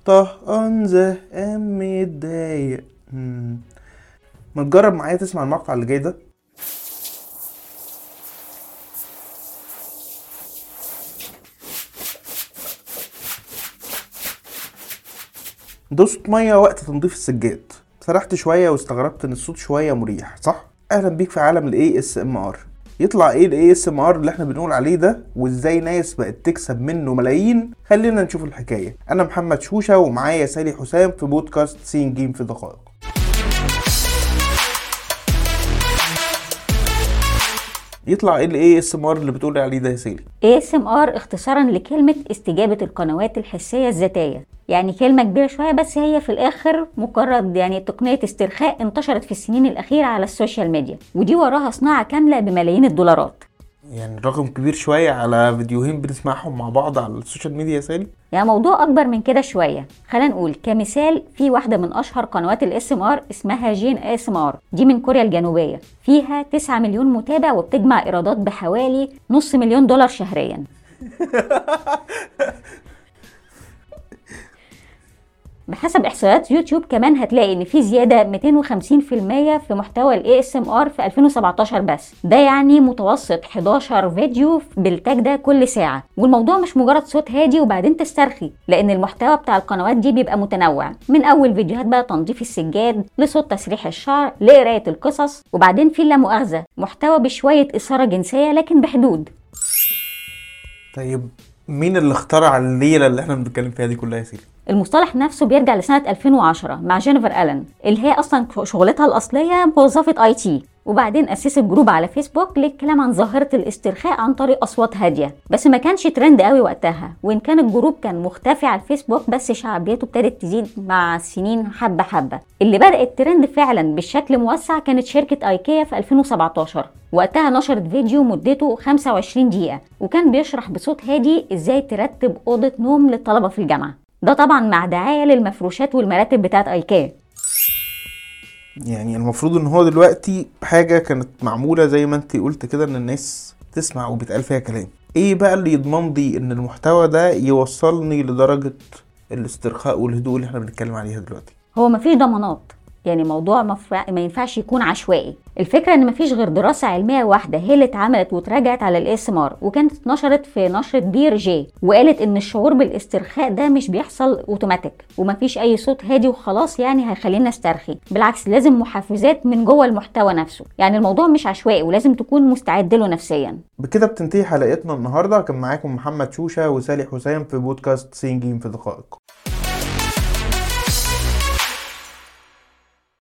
طهقان زهقان متضايق. ما تجرب معايا تسمع المقطع اللي جاي ده؟ ده صوت ميه وقت تنظيف السجاد. سرحت شويه واستغربت ان الصوت شويه مريح، صح؟ اهلا بيك في عالم ال ASMR. يطلع ايه ال ASMR اللي احنا بنقول عليه ده، وازاي ناس بقت تكسب منه ملايين؟ خلينا نشوف الحكايه. انا محمد شوشه ومعايا سالي حسام في بودكاست سين جيم في دقائق. يطلع ايه ال ASMR اللي بتقول عليه ده يا سالي؟ ASMR اختصارا لكلمة استجابة القنوات الحسية الذاتية، يعني كلمة كبيرة شوية بس هي في الآخر مجرد تقنية استرخاء انتشرت في السنين الأخيرة على السوشيال ميديا، ودي وراها صناعة كاملة بملايين الدولارات. يعني رقم كبير شوية على فيديوهين بنسمعهم مع بعض على السوشيال ميديا يا سالي. يعني موضوع أكبر من كده شوية. خلينا نقول كمثال، في واحدة من أشهر قنوات ASMR اسمها جين ASMR، دي من كوريا الجنوبية، فيها 9 مليون متابع وبتجمع إيرادات بحوالي $500,000 شهريا. بحسب احصائيات يوتيوب كمان هتلاقي ان في زياده 250% في محتوى ال ASMR في 2017 بس. ده يعني متوسط 11 فيديو بالتاج ده كل ساعه. والموضوع مش مجرد صوت هادي وبعدين تسترخي، لان المحتوى بتاع القنوات دي بيبقى متنوع، من اول فيديوهات بقى تنظيف السجاد لصوت تسريح الشعر لقرايه القصص، وبعدين في لا مؤاخذه محتوى بشويه اثاره جنسيه لكن بحدود. طيب مين اللي اخترع الليله اللي احنا بنتكلم فيها دي كلها يا سيدي؟ المصطلح نفسه بيرجع لسنة 2010 مع جينيفر ألين، اللي هي أصلا شغلتها الأصلية موظفة IT، وبعدين أسست جروب على فيسبوك للكلام عن ظاهرة الاسترخاء عن طريق أصوات هادية. بس ما كانش ترند قوي وقتها، وإن كان الجروب كان مختفي على الفيسبوك بس شعبيته ابتدت تزيد مع السنين حبة حبة. اللي بدأت ترند فعلا بالشكل موسع كانت شركة ايكيا في 2017. وقتها نشرت فيديو مدته 25 دقيقة وكان بيشرح بصوت هادي ازاي ترتب أوضة نوم للطلبة في الجامعة. ده طبعا مع دعاية للمفروشات والمراتب بتاعت ايكيا. يعني المفروض ان هو دلوقتي حاجة كانت معمولة زي ما انت قلت كده ان الناس تسمع وبيتقال فيها كلام. ايه بقى اللي يضمن لي ان المحتوى ده يوصلني لدرجة الاسترخاء والهدوء اللي احنا بنتكلم عليها دلوقتي؟ هو مفيش ضمانات، يعني موضوع ما ينفعش يكون عشوائي. الفكرة ان مفيش غير دراسة علمية واحدة هي اللي اتعملت واتراجعت على الASMR، وكانت اتنشرت في نشرة بير جي، وقالت ان الشعور بالاسترخاء ده مش بيحصل اوتوماتيك، ومفيش اي صوت هادي وخلاص يعني هيخلينا استرخي. بالعكس لازم محفزات من جوه المحتوى نفسه، يعني الموضوع مش عشوائي ولازم تكون مستعد له نفسيا. بكده بتنتهي حلقتنا النهاردة. كان معاكم محمد شوشة وسالي حسام في بودكاست سين جيم في دقائق.